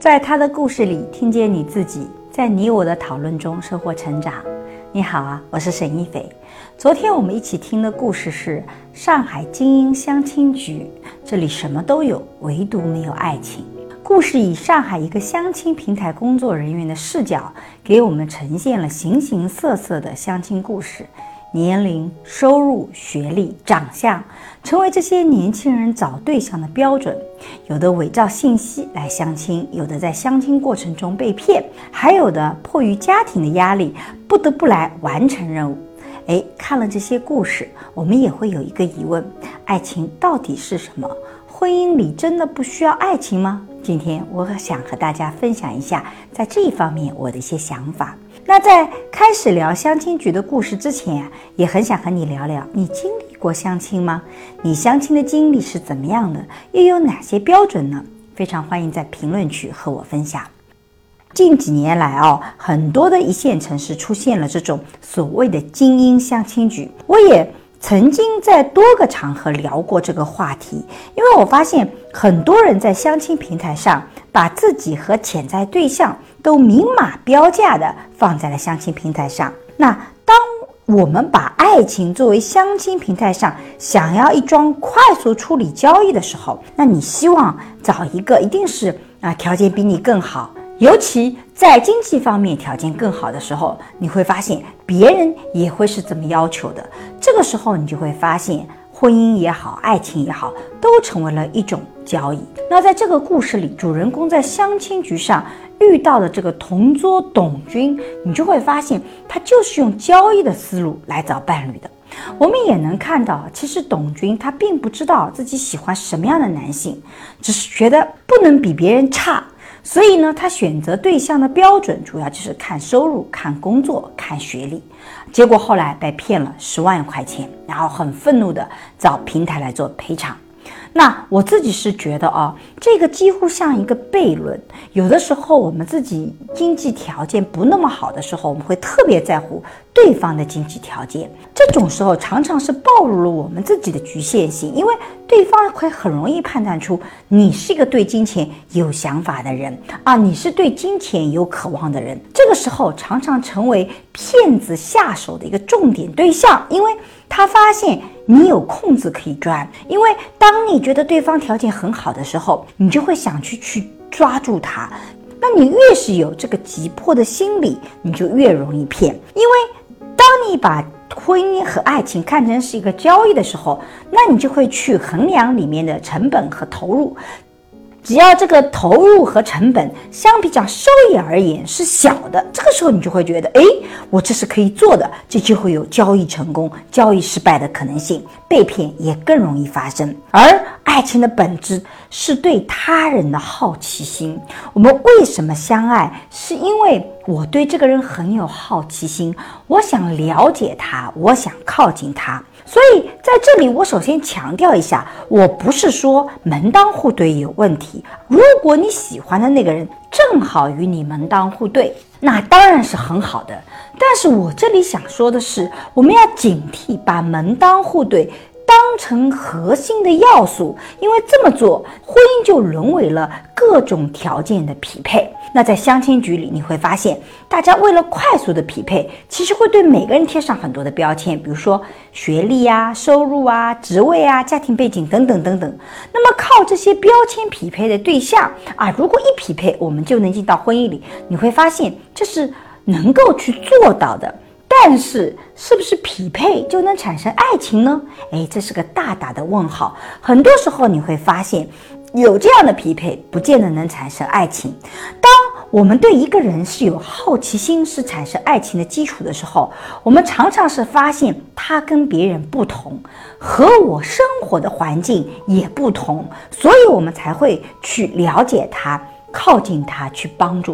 在他的故事里听见你自己，在你我的讨论中收获成长。你好啊，我是沈一斐。昨天我们一起听的故事是上海精英相亲局，这里什么都有，唯独没有爱情。故事以上海一个相亲平台工作人员的视角，给我们呈现了形形色色的相亲故事，年龄、收入、学历、长相成为这些年轻人找对象的标准。有的伪造信息来相亲，有的在相亲过程中被骗，还有的迫于家庭的压力不得不来完成任务。看了这些故事，我们也会有一个疑问：爱情到底是什么？婚姻里真的不需要爱情吗？今天我想和大家分享一下在这一方面我的一些想法。那在开始聊相亲局的故事之前也很想和你聊聊，你经历过相亲吗？你相亲的经历是怎么样的？又有哪些标准呢？非常欢迎在评论区和我分享。近几年来很多的一线城市出现了这种所谓的精英相亲局，我也曾经在多个场合聊过这个话题，因为我发现很多人在相亲平台上把自己和潜在对象都明码标价的放在了相亲平台上。那当我们把爱情作为相亲平台上想要一桩快速处理交易的时候，那你希望找一个一定是条件比你更好，尤其在经济方面条件更好的时候，你会发现别人也会是这么要求的。这个时候你就会发现婚姻也好，爱情也好，都成为了一种交易。那在这个故事里，主人公在相亲局上遇到的这个同桌董军，你就会发现他就是用交易的思路来找伴侣的。我们也能看到，其实董军他并不知道自己喜欢什么样的男性，只是觉得不能比别人差，所以呢，他选择对象的标准主要就是看收入、看工作、看学历。结果后来被骗了10万块钱，然后很愤怒的找平台来做赔偿。那我自己是觉得这个几乎像一个悖论。有的时候我们自己经济条件不那么好的时候，我们会特别在乎对方的经济条件，这种时候常常是暴露了我们自己的局限性，因为对方会很容易判断出你是一个对金钱有想法的人你是对金钱有渴望的人。这个时候常常成为骗子下手的一个重点对象，因为他发现你有空子可以赚，因为当你觉得对方条件很好的时候，你就会想去抓住他。那你越是有这个急迫的心理，你就越容易骗。因为当你把婚姻和爱情看成是一个交易的时候，那你就会去衡量里面的成本和投入。只要这个投入和成本相比较收益而言是小的，这个时候你就会觉得我这是可以做的，这就会有交易成功、交易失败的可能性，被骗也更容易发生。而爱情的本质是对他人的好奇心。我们为什么相爱？是因为我对这个人很有好奇心，我想了解他，我想靠近他。所以在这里我首先强调一下，我不是说门当户对有问题。如果你喜欢的那个人正好与你门当户对，那当然是很好的。但是我这里想说的是，我们要警惕把门当户对当成核心的要素，因为这么做婚姻就沦为了各种条件的匹配。那在相亲局里你会发现，大家为了快速的匹配，其实会对每个人贴上很多的标签，比如说学历收入职位家庭背景等等等等。那么靠这些标签匹配的对象如果一匹配我们就能进到婚姻里，你会发现这是能够去做到的。但是是不是匹配就能产生爱情呢？这是个大大的问号。很多时候你会发现有这样的匹配不见得能产生爱情。当我们对一个人是有好奇心，是产生爱情的基础的时候，我们常常是发现他跟别人不同，和我生活的环境也不同，所以我们才会去了解他，靠近他，去帮助他。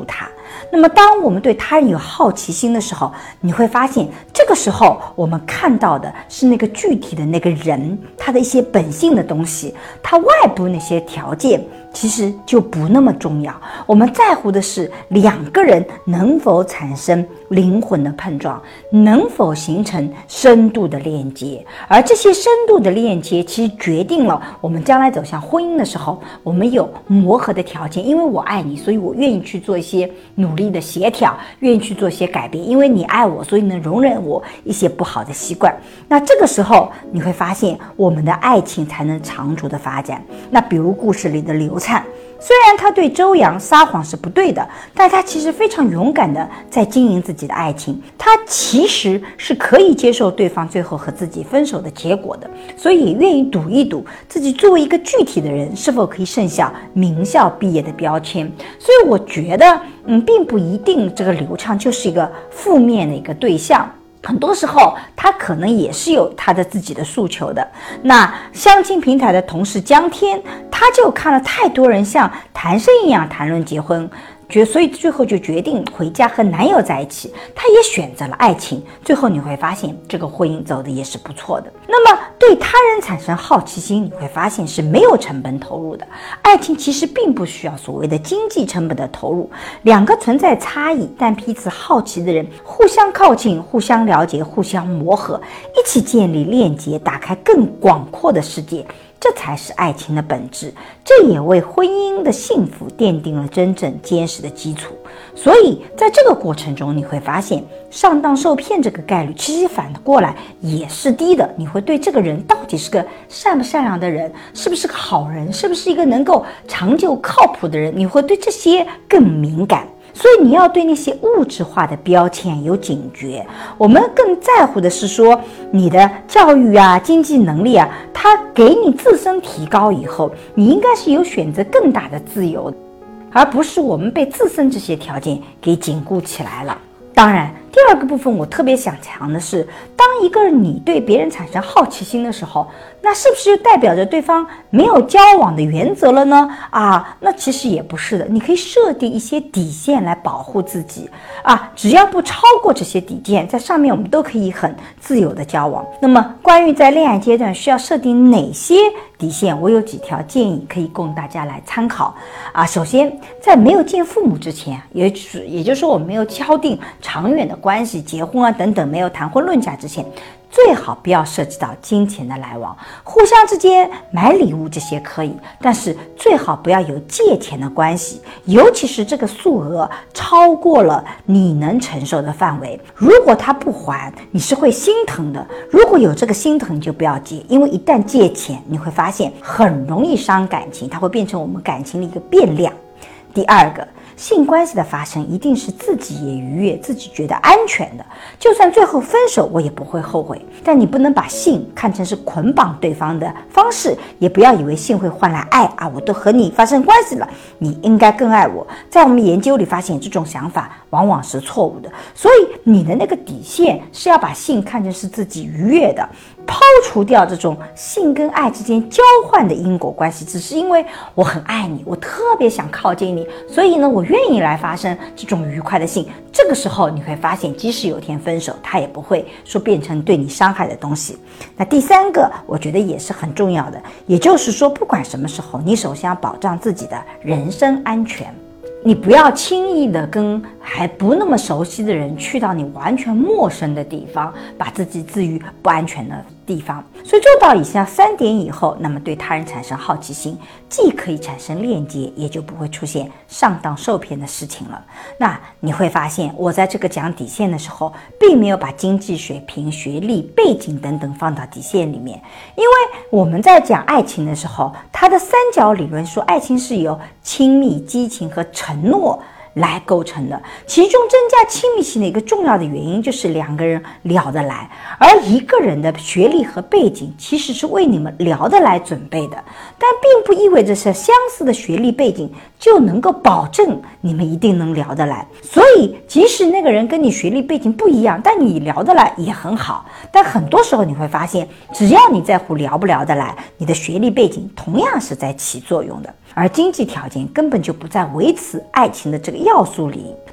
那么当我们对他人有好奇心的时候，你会发现这个时候我们看到的是那个具体的那个人，他的一些本性的东西，他外部那些条件其实就不那么重要。我们在乎的是两个人能否产生灵魂的碰撞，能否形成深度的链接，而这些深度的链接其实决定了我们将来走向婚姻的时候，我们有磨合的条件。因为我爱你，所以我愿意去做一些努力的协调，愿意去做一些改变，因为你爱我，所以能容忍我一些不好的习惯。那这个时候你会发现我们的爱情才能长足的发展。那比如故事里的刘灿，虽然他对周扬撒谎是不对的，但他其实非常勇敢的在经营自己的爱情，他其实是可以接受对方最后和自己分手的结果的，所以也愿意赌一赌自己作为一个具体的人是否可以胜效名校毕业的标签。所以我觉得并不一定这个刘畅就是一个负面的一个对象，很多时候他可能也是有他的自己的诉求的。那相亲平台的同事江天，他就看了太多人像谈生一样谈论结婚，所以最后就决定回家和男友在一起，他也选择了爱情。最后你会发现这个婚姻走的也是不错的。那么对他人产生好奇心，你会发现是没有成本投入的。爱情其实并不需要所谓的经济成本的投入，两个存在差异但彼此好奇的人互相靠近，互相了解，互相磨合，一起建立链接，打开更广阔的世界，这才是爱情的本质，这也为婚姻的幸福奠定了真正坚实的基础。所以在这个过程中，你会发现上当受骗这个概率其实反过来也是低的。你会对这个人到底是个善不善良的人，是不是个好人，是不是一个能够长久靠谱的人，你会对这些更敏感。所以你要对那些物质化的标签有警觉，我们更在乎的是说你的教育啊、经济能力啊，它给你自身提高以后，你应该是有选择更大的自由，而不是我们被自身这些条件给紧固起来了。当然，第二个部分我特别想强的是，当一个你对别人产生好奇心的时候，那是不是就代表着对方没有交往的原则了呢？那其实也不是的，你可以设定一些底线来保护自己只要不超过这些底线，在上面我们都可以很自由的交往。那么关于在恋爱阶段需要设定哪些底线，我有几条建议可以供大家来参考首先，在没有见父母之前，也就是说我们没有敲定长远的关系，结婚等等，没有谈婚论嫁之前，最好不要涉及到金钱的来往，互相之间买礼物这些可以，但是最好不要有借钱的关系，尤其是这个数额超过了你能承受的范围。如果他不还，你是会心疼的，如果有这个心疼，你就不要借，因为一旦借钱，你会发现很容易伤感情，它会变成我们感情的一个变量。第二个，性关系的发生一定是自己也愉悦，自己觉得安全的，就算最后分手我也不会后悔。但你不能把性看成是捆绑对方的方式，也不要以为性会换来爱我都和你发生关系了，你应该更爱我。在我们研究里发现，这种想法往往是错误的。所以你的那个底线是要把性看成是自己愉悦的，抛除掉这种性跟爱之间交换的因果关系，只是因为我很爱你，我特别想靠近你，所以呢我愿意来发生这种愉快的性。这个时候你会发现，即使有天分手，它也不会说变成对你伤害的东西。那第三个我觉得也是很重要的，也就是说不管什么时候，你首先要保障自己的人身安全，你不要轻易的跟还不那么熟悉的人去到你完全陌生的地方，把自己置于不安全的地方。所以做到以下3点以后，那么对他人产生好奇心，既可以产生链接，也就不会出现上当受骗的事情了。那你会发现，我在这个讲底线的时候，并没有把经济水平、学历、背景等等放到底线里面，因为我们在讲爱情的时候，它的3角理论说，爱情是由亲密、激情和承诺来构成的，其中增加亲密性的一个重要的原因就是2个人聊得来，而一个人的学历和背景其实是为你们聊得来准备的，但并不意味着是相似的学历背景就能够保证你们一定能聊得来。所以即使那个人跟你学历背景不一样，但你聊得来也很好。但很多时候你会发现，只要你在乎聊不聊得来，你的学历背景同样是在起作用的，而经济条件根本就不在维持爱情的这个要素里。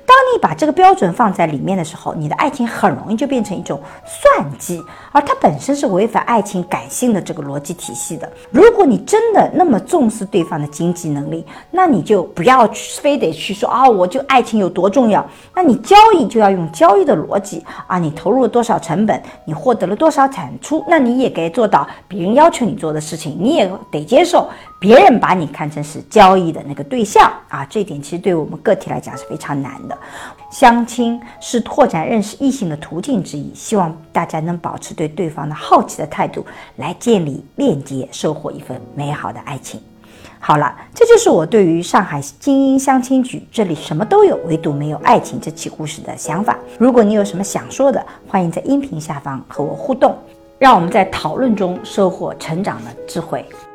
当你把这个标准放在里面的时候，你的爱情很容易就变成一种算计，而它本身是违反爱情感性的这个逻辑体系的。如果你真的那么重视对方的经济能力，那你就不要非得去说我就爱情有多重要。那你交易就要用交易的逻辑你投入了多少成本，你获得了多少产出，那你也该做到别人要求你做的事情，你也得接受别人把你看成是交易的那个对象这一点其实对我们个体来讲是非常难的。相亲是拓展认识异性的途径之一，希望大家能保持对对方的好奇的态度，来建立链接，收获一份美好的爱情。好了，这就是我对于上海精英相亲局这里什么都有唯独没有爱情这期故事的想法。如果你有什么想说的，欢迎在音频下方和我互动，让我们在讨论中收获成长的智慧。